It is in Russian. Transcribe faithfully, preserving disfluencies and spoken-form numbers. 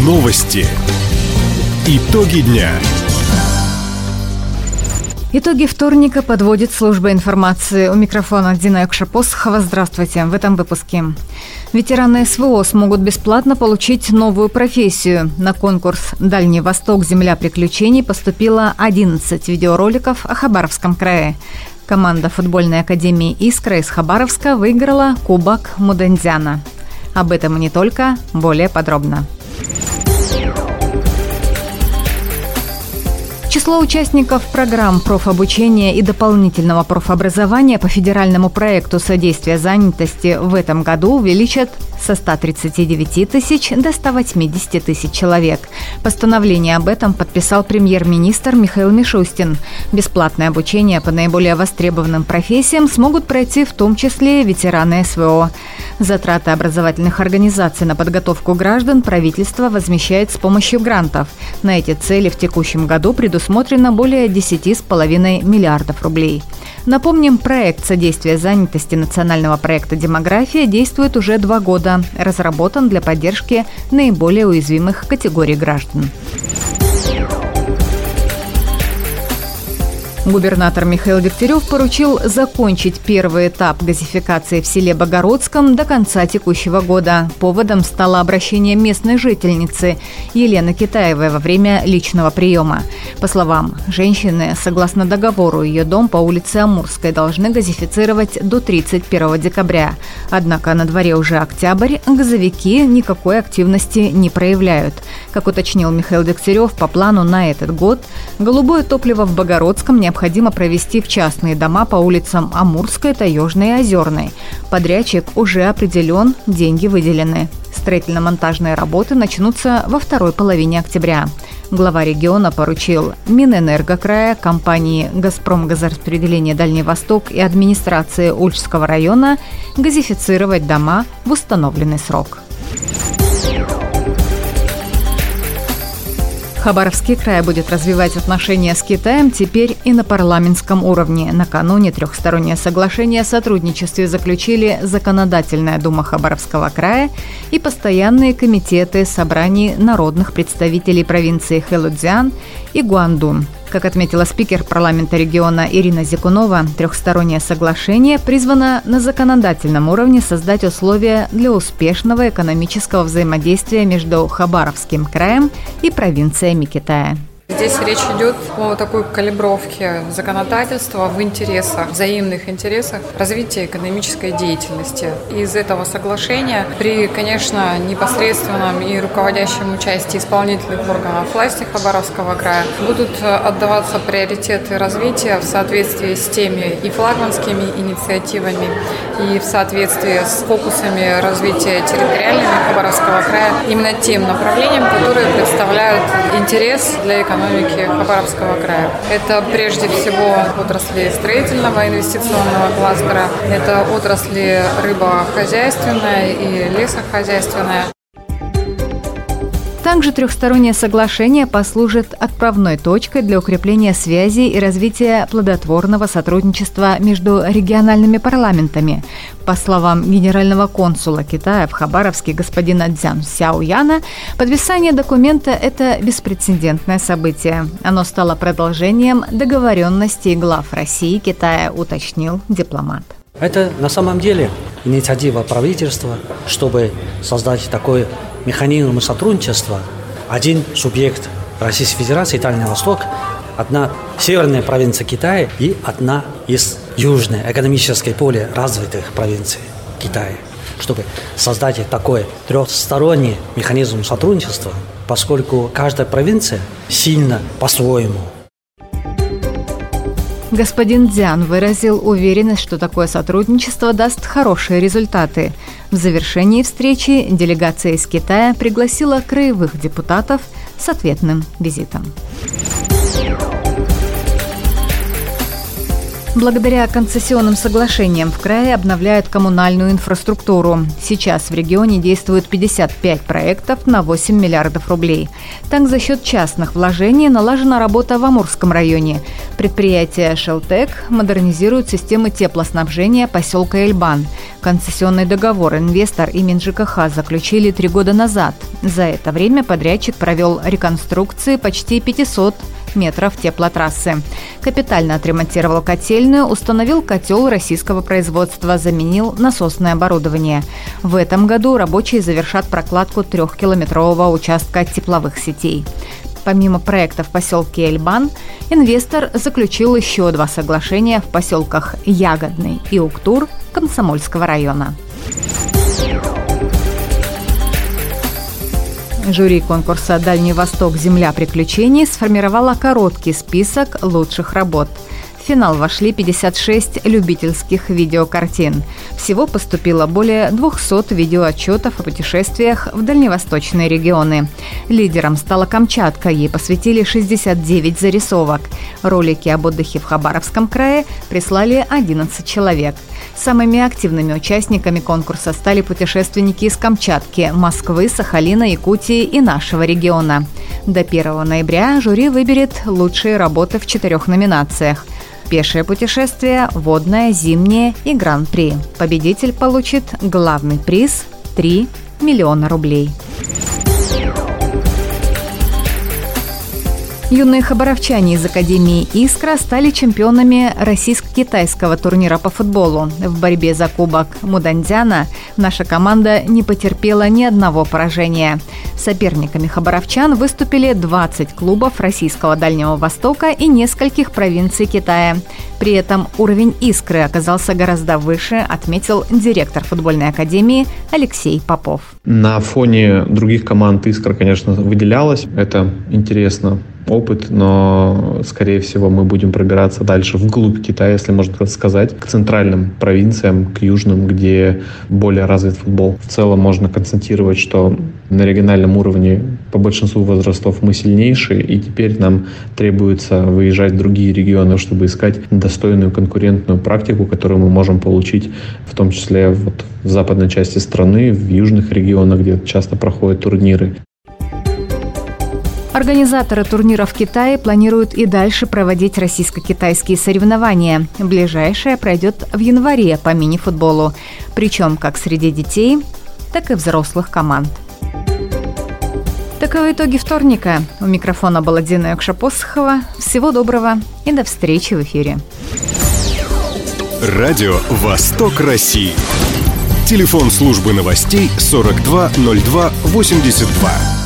Новости. Итоги дня. Итоги вторника подводит служба информации. У микрофона Дина Якшапосхова. Здравствуйте. В этом выпуске. Ветераны СВО смогут бесплатно получить новую профессию. На конкурс «Дальний Восток. Земля приключений» поступило одиннадцать видеороликов о Хабаровском крае. Команда футбольной академии «Искра» из Хабаровска выиграла Кубок Мудендяна. Об этом и не только, более подробно. Число участников программ профобучения и дополнительного профобразования по федеральному проекту содействия занятости в этом году увеличат со ста тридцати девяти тысяч до ста восьмидесяти тысяч человек. Постановление об этом подписал премьер-министр Михаил Мишустин. Бесплатное обучение по наиболее востребованным профессиям смогут пройти в том числе ветераны СВО. Затраты образовательных организаций на подготовку граждан правительство возмещает с помощью грантов. На эти цели в текущем году предусмотрено более десяти с половиной миллиардов рублей. Напомним, проект содействия занятости национального проекта «Демография» действует уже два года. Разработан для поддержки наиболее уязвимых категорий граждан. Губернатор Михаил Дегтярев поручил закончить первый этап газификации в селе Богородском до конца текущего года. Поводом стало обращение местной жительницы Елены Китаевой во время личного приема. По словам женщины, согласно договору, ее дом по улице Амурской должны газифицировать до тридцать первого декабря. Однако на дворе уже октябрь, газовики никакой активности не проявляют. Как уточнил Михаил Дегтярев, по плану на этот год голубое топливо в Богородском необходимо Необходимо провести в частные дома по улицам Амурской, Таежной и Озерной. Подрядчик уже определен, деньги выделены. Строительно-монтажные работы начнутся во второй половине октября. Глава региона поручил Минэнерго края, компании «Газпром газораспределение Дальний Восток» и администрации Ульчского района газифицировать дома в установленный срок. Хабаровский край будет развивать отношения с Китаем теперь и на парламентском уровне. Накануне трехстороннее соглашение о сотрудничестве заключили Законодательная дума Хабаровского края и постоянные комитеты собраний народных представителей провинции Хэлудзян и Гуандун. Как отметила спикер парламента региона Ирина Зикунова, трехстороннее соглашение призвано на законодательном уровне создать условия для успешного экономического взаимодействия между Хабаровским краем и провинциями Китая. Здесь речь идет о такой калибровке законодательства в интересах, взаимных интересах развития экономической деятельности. Из этого соглашения при, конечно, непосредственном и руководящем участии исполнительных органов власти Хабаровского края будут отдаваться приоритеты развития в соответствии с теми и флагманскими инициативами, и в соответствии с фокусами развития территориального Хабаровского края, именно тем направлением, которые представляют интерес для экономики экономики Хабаровского края. Это прежде всего отрасли строительного инвестиционного кластера, это отрасли рыбохозяйственная и лесохозяйственная. Также трехстороннее соглашение послужит отправной точкой для укрепления связей и развития плодотворного сотрудничества между региональными парламентами. По словам генерального консула Китая в Хабаровске господина Цзян Сяояна, подписание документа – это беспрецедентное событие. Оно стало продолжением договоренностей глав России и Китая, уточнил дипломат. Это на самом деле инициатива правительства, чтобы создать такой механизм сотрудничества. Один субъект Российской Федерации, Дальний Восток, одна северная провинция Китая и одна из южной экономической более развитых провинций Китая. Чтобы создать такой трехсторонний механизм сотрудничества, поскольку каждая провинция сильна по-своему. Господин Цзян выразил уверенность, что такое сотрудничество даст хорошие результаты. В завершении встречи делегация из Китая пригласила краевых депутатов с ответным визитом. Благодаря концессионным соглашениям в крае обновляют коммунальную инфраструктуру. Сейчас в регионе действует пятьдесят пять проектов на восемь миллиардов рублей. Так, за счет частных вложений налажена работа в Амурском районе. Предприятие «Шелтек» модернизирует системы теплоснабжения поселка Эльбан. Концессионный договор инвестор и МинЖКХ заключили три года назад. За это время подрядчик провел реконструкции почти пятьсот метров теплотрассы. Капитально отремонтировал котельную, установил котел российского производства, заменил насосное оборудование. В этом году рабочие завершат прокладку трехкилометрового участка тепловых сетей. Помимо проекта в поселке Эльбан, инвестор заключил еще два соглашения в поселках Ягодный и Уктур Комсомольского района. Жюри конкурса «Дальний Восток. Земля приключений» сформировало короткий список лучших работ. В финал вошли пятьдесят шесть любительских видеокартин. Всего поступило более двухсот видеоотчетов о путешествиях в дальневосточные регионы. Лидером стала Камчатка, ей посвятили шестьдесят девять зарисовок. Ролики об отдыхе в Хабаровском крае прислали одиннадцать человек. Самыми активными участниками конкурса стали путешественники из Камчатки, Москвы, Сахалина, Якутии и нашего региона. До первого ноября жюри выберет лучшие работы в четырех номинациях: пешее путешествие, водное, зимнее и гран-при. Победитель получит главный приз – три миллиона рублей. Юные хабаровчане из Академии «Искра» стали чемпионами российско-китайского турнира по футболу. В борьбе за кубок Муданьцзяна наша команда не потерпела ни одного поражения. Соперниками хабаровчан выступили двадцать клубов Российского Дальнего Востока и нескольких провинций Китая. При этом уровень «Искры» оказался гораздо выше, отметил директор футбольной академии Алексей Попов. На фоне других команд «Искра», конечно, выделялась. Это интересно. Опыт, но, скорее всего, мы будем пробираться дальше вглубь Китая, если можно сказать, к центральным провинциям, к южным, где более развит футбол. В целом можно констатировать, что на региональном уровне по большинству возрастов мы сильнейшие, и теперь нам требуется выезжать в другие регионы, чтобы искать достойную конкурентную практику, которую мы можем получить, в том числе вот в западной части страны, в южных регионах, где часто проходят турниры. Организаторы турнира в Китае планируют и дальше проводить российско-китайские соревнования. Ближайшее пройдет в январе по мини-футболу. Причем как среди детей, так и взрослых команд. Таковы итоги вторника. У микрофона была Дина Юкша-Посохова. Всего доброго и до встречи в эфире. Радио «Восток России». Телефон службы новостей сорок два ноль два восемьдесят два.